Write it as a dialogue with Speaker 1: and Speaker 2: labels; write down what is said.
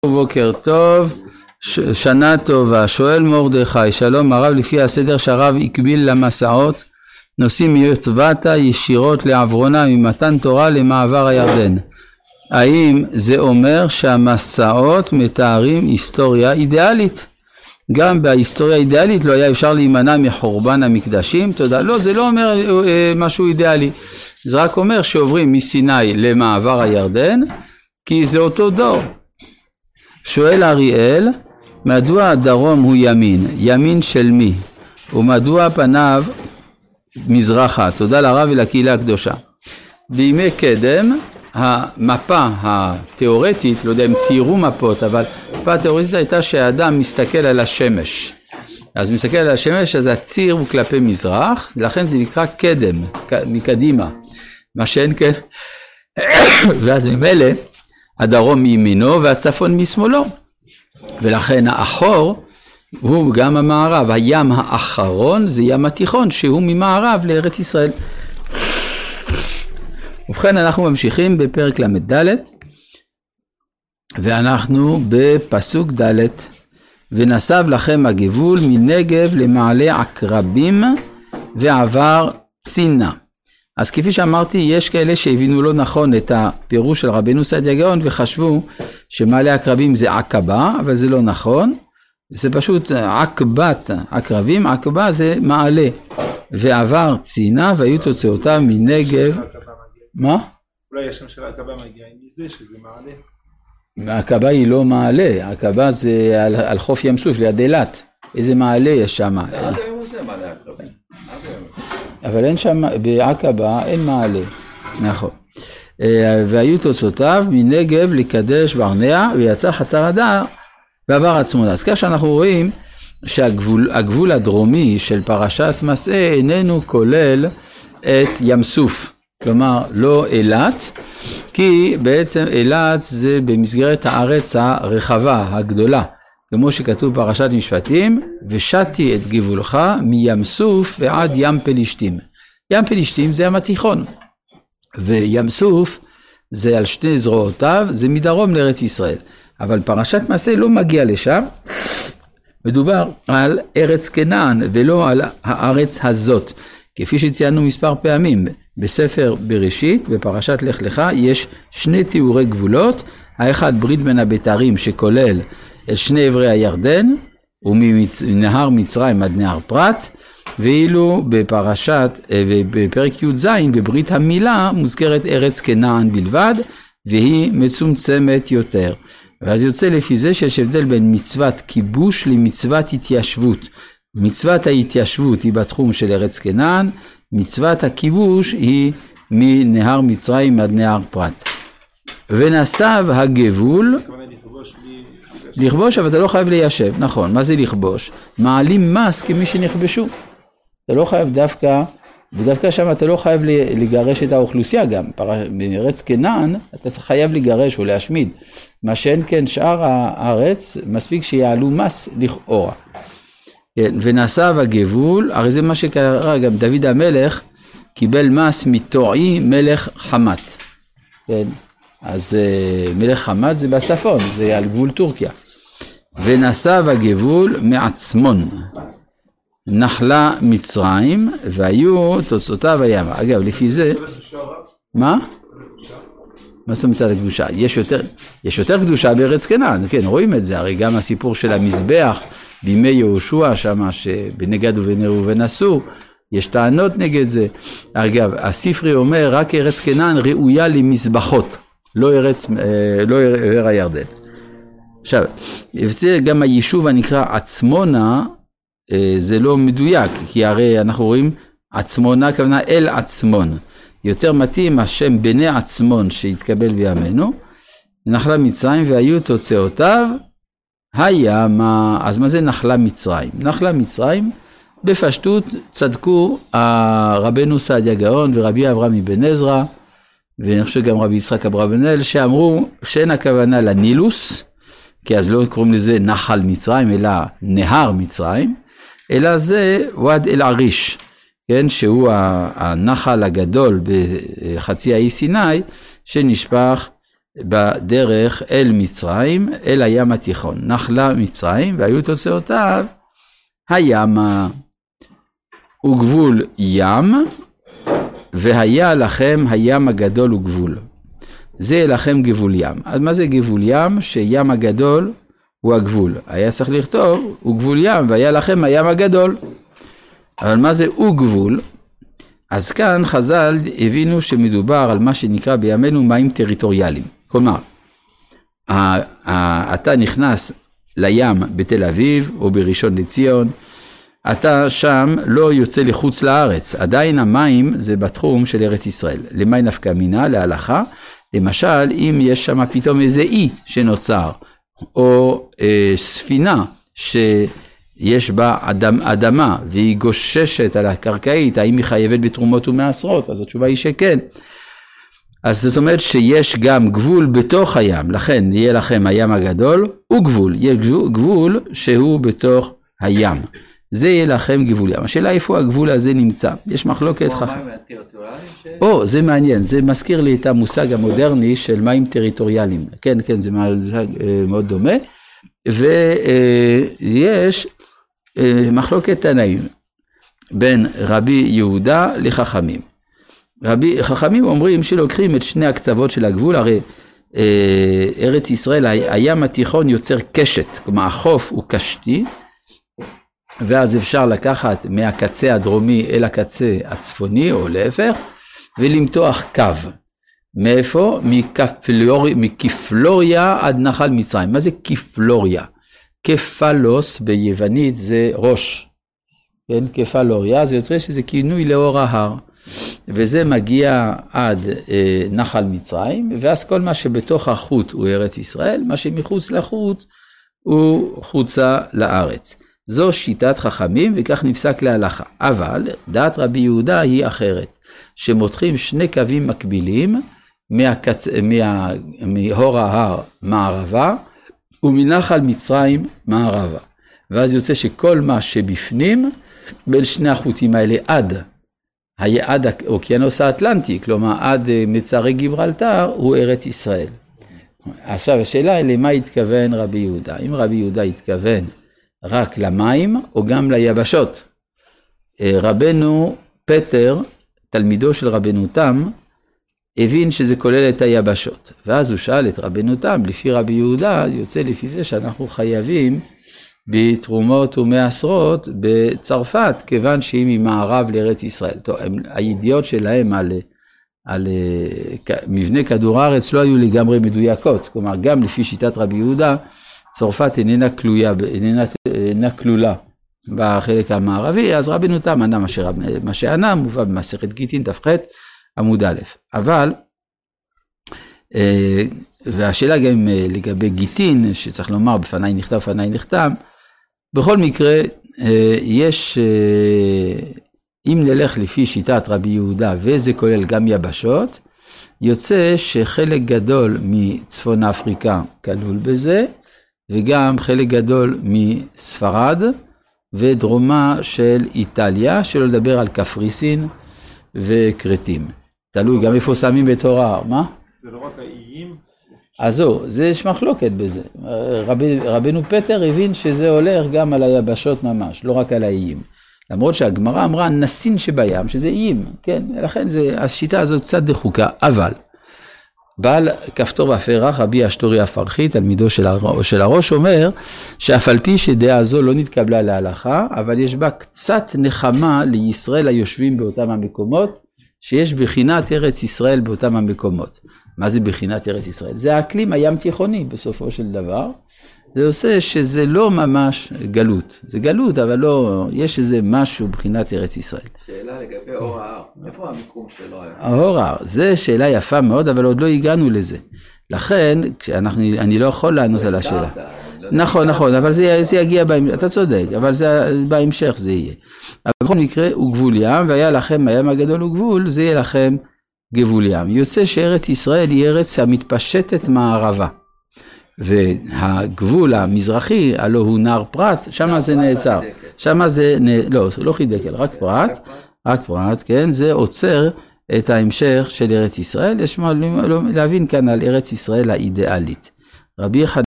Speaker 1: בוקר טוב, שנה טובה. שואל מרדכי, שלום הרב, לפי הסדר שהרב הקביל למסעות, נוסעים מיוטבתה ישירות לעברונה ממתן תורה למעבר הירדן. האם זה אומר שהמסעות מתארים היסטוריה אידיאלית? גם בהיסטוריה אידיאלית לא היה אפשר להימנע מחורבן המקדשים? תודה. לא, זה לא אומר משהו אידיאלי. זה רק אומר שעוברים מסיני למעבר הירדן, כי זה אותו דור. שואל אריאל, מדוע הדרום הוא ימין? ימין של מי? ומדוע פניו מזרחה? תודה לרב ולקהילה הקדושה. בימי קדם, המפה התיאורטית, לא יודע אם ציירו מפות, אבל המפה התיאורטית הייתה שהאדם מסתכל על השמש. אז מסתכל על השמש, אז הציר הוא כלפי מזרח, לכן זה נקרא קדם, מקדימה. מה שאין כן, ואז ממילא, הדרום מימינו והצפון משמאלו, ולכן האחור הוא גם המערב. הים האחרון זה ים התיכון שהוא ממערב לארץ ישראל. ובכן אנחנו ממשיכים בפרק למד ד' ואנחנו בפסוק ד', ונסב לכם הגבול מנגב למעלה עקרבים ועבר צינה. אז כפי שאמרתי, יש כאלה שהבינו לא נכון את הפירוש של רבנו סעדיה גאון וחשבו שמעלה עקרבים זה עקבה, אבל זה לא נכון. זה פשוט עקבת עקרבים, עקבה זה מעלה. ועבר צינה והיו תוצאותיו מנגב. מה?
Speaker 2: אולי השם של העקבה מגיע מזה שזה מעלה.
Speaker 1: העקבה היא לא מעלה, העקבה זה על חוף ים סוף ליד אילת. איזה מעלה יש שם? אבל אין שם, בעקבה אין מעלה. נכון. והיו תוצאותיו מנגב לקדש ברנע, ויצא חצר הדר ועבר עצמונה. אז כך שאנחנו רואים שהגבול הדרומי של פרשת מסעי איננו כולל את ים סוף. כלומר, לא אילת, כי בעצם אילת זה במסגרת הארץ הרחבה, הגדולה. כמו שכתוב פרשת משפטים, ושתי את גבולך מים סוף ועד ים פלישתים. ים פלישתים זה ים התיכון, וים סוף זה על שתי זרועותיו, זה מדרום לארץ ישראל. אבל פרשת מסעי לא מגיע לשם, מדובר על ארץ כנען ולא על הארץ הזאת. כפי שציינו מספר פעמים, בספר בראשית, בפרשת לך לך, יש שני תיאורי גבולות, האחד ברית בין הבתרים שכולל את שני עברי הירדן, ומנהר מצרים עד נהר פרת, ואילו בפרק י' ז' בברית המילה מוזכרת ארץ כנען בלבד, והיא מצומצמת יותר. ואז יוצא לפי זה שיש הבדל בין מצוות כיבוש למצוות התיישבות. מצוות ההתיישבות היא בתחום של ארץ כנען, מצוות הכיבוש היא מנהר מצרים עד נהר פרת. ונסב הגבול, לכבוש, אבל אתה לא חייב ליישב, נכון. מה זה לכבוש? מעלים מס כמי שנכבשו. אתה לא חייב דווקא, ודווקא שם אתה לא חייב לגרש את האוכלוסייה גם. בארץ כנען אתה חייב לגרש או להשמיד. מה שאין כן שאר הארץ, מספיק שיעלו מס לכאורה. ונסב הגבול, הרי זה מה שקרה גם דוד המלך, קיבל מס מתועי מלך חמת. כן. אז מלך חמת זה בצפון, זה על גבול טורקיה. ונסב הגבול מעצמון, נחלה מצרים, והיו תוצאותיו הימה. אגב, לפי זה, מה? מה זאת מצד הקדושה? יש יותר קדושה בארץ כנען, כן, רואים את זה, הרי גם הסיפור של המזבח, בימי יהושע, שמה שבנגד ובנר ובנסור, יש טענות נגד זה. אגב, הספרי אומר, רק ארץ כנען ראויה למזבחות. לא עבר הירדן. עכשיו, זה גם היישוב הנקרא עצמונה, זה לא מדויק, כי הרי אנחנו רואים עצמונה, כוונה אל עצמון. יותר מתאים השם בני עצמון שהתקבל בימינו, נחלה מצרים והיו תוצאותיו, הימה. אז מה זה נחלה מצרים? נחלה מצרים, בפשטות צדקו רבנו סעדיה גאון ורבי אברהם אבן עזרא, ואני חושב גם רבי יצחק אברבנאל, שאמרו שאין הכוונה לנילוס, כי אז לא קוראים לזה נחל מצרים, אלא נהר מצרים, אלא זה וואד אל עריש, כן, שהוא הנחל הגדול בחצי האי סיני, שנשפך בדרך אל מצרים, אל הים התיכון. נחלה מצרים, והיו תוצאותיו הימה. וגבול ים, והיה לכם הים הגדול וגבול. זה לכם גבול ים. אז מה זה גבול ים? שים הגדול הוא הגבול. היה צריך לכתוב, הוא גבול ים, והיה לכם הים הגדול. אבל מה זה הוא גבול? אז כאן חז"ל הבינו שמדובר על מה שנקרא בימינו מים טריטוריאליים. כלומר, אתה נכנס לים בתל אביב או בראשון לציון, אתה שם לא יוצא לחוץ לארץ, עדיין המים זה בתחום של ארץ ישראל. למי נפקא מינה? להלכה. למשל, אם יש שם פתאום איזה אי שנוצר, או ספינה שיש בה אדמה והיא גוששת על הקרקעית, האם היא חייבת בתרומות ומעשרות? אז התשובה היא שכן. אז זאת אומרת שיש גם גבול בתוך הים, לכן יהיה לכם הים הגדול וגבול, יהיה גבול שהוא בתוך הים. זה יהיה לכם גבול ים. השאלה איפה הגבול הזה נמצא. יש מחלוקת זה מעניין, זה מזכיר לי את המושג המודרני של מים טריטוריאליים. כן, זה מאוד דומה. ויש מחלוקת תנאים בין רבי יהודה לחכמים. חכמים אומרים שלוקחים את שני הקצוות של הגבול, הרי ארץ ישראל, הים התיכון יוצר קשת, כלומר החוף הוא קשתי, ואז אפשר לקחת מהקצה הדרומי אל הקצה הצפוני או להפך, ולמתוח קו. מאיפה? מכפלוריה עד נחל מצרים. מה זה כפלוריה? כפלוס ביוונית זה ראש. כן, כפלוריה, זה יוצא שזה כינוי לאור ההר. וזה מגיע עד נחל מצרים, ואז כל מה שבתוך החוט הוא ארץ ישראל, מה שמחוץ לחוט הוא חוצה לארץ. זו שיטת חכמים וכך נפסק להלכה. אבל דעת רבי יהודה היא אחרת, שמותחים שני קווים מקבילים מהור ההר מערבה ומנחל מצרים מערבה. ואז יוצא שכל מה שבפנים בין שני החוטים האלה עד האוקיינוס האטלנטי, כלומר עד מצרי גיברלטר, הוא ארץ ישראל. עכשיו השאלה היא למה התכוון רבי יהודה? אם רבי יהודה התכוון רק למים או גם ליבשות? רבנו פטר, תלמידו של רבנו תם, הבין שזה כולל את היבשות. ואז הוא שאל את רבנו תם, לפי רבי יהודה, יוצא לפי זה שאנחנו חייבים בתרומות ומעשרות בצרפת, כיוון שהיא ממערב לארץ ישראל. טוב, הידיעות שלהם על מבנה כדור הארץ לא היו לגמרי מדויקות. כלומר, גם לפי שיטת רבי יהודה, צרפת איננה כלולה בחלק המערבי, אז רבנו תם ענה מה שענה, מובא במסכת גיטין ת"ח עמוד א'. אבל, והשאלה גם לגבי גיטין, שצריך לומר בפני נכתב בפני נחתם, בכל מקרה, יש, אם נלך לפי שיטת רבי יהודה, וזה כולל גם יבשות, יוצא שחלק גדול מצפון אפריקה כלול בזה, וגם חלק גדול מספרד, ודרומה של איטליה, שלא לדבר על קפריסין וקרטים. תלוי גם איפה שמים את הור ההר, מה?
Speaker 2: זה לא רק האיים?
Speaker 1: אז זהו, יש מחלוקת בזה. רבנו פטר הבין שזה הולך גם על היבשות ממש, לא רק על האיים. למרות שהגמרא אמרה נסין שבים, שזה איים, כן? לכן השיטה הזאת קצת דחוקה, אבל בעל כפתור והפרח, רבי אשתורי הפרחי, תלמידו של הראש, אומר שאף על פי שדעה זו לא נתקבלה להלכה, אבל יש בה קצת נחמה לישראל היושבים באותם המקומות, שיש בחינת ארץ ישראל באותם המקומות. מה זה בחינת ארץ ישראל? זה האקלים הים תיכוני בסופו של דבר. זה עושה שזה לא ממש גלות. זה גלות, אבל לא, יש איזה משהו בחינת ארץ ישראל.
Speaker 3: שאלה לגבי אור ההר. איפה המיקום שלו?
Speaker 1: האור ההר, זה שאלה יפה מאוד, אבל עוד לא הגענו לזה. לכן, אני לא יכול לענות על השאלה. נכון, אבל זה יגיע בהמשך, אתה צודק, אבל בהמשך זה יהיה. אבל בכל מקרה, הוא גבול ים, והיה לכם הים הגדול וגבול, זה יהיה לכם גבול ים. יוצא שארץ ישראל היא ארץ המתפשטת מערבה. והגבול המזרחי, הלא הוא נהר פרת, שם זה נעצר. שם זה, לא חידקל, רק פרת, כן, זה עוצר את ההמשך של ארץ ישראל, יש מה להבין כאן על ארץ ישראל האידיאלית. רבי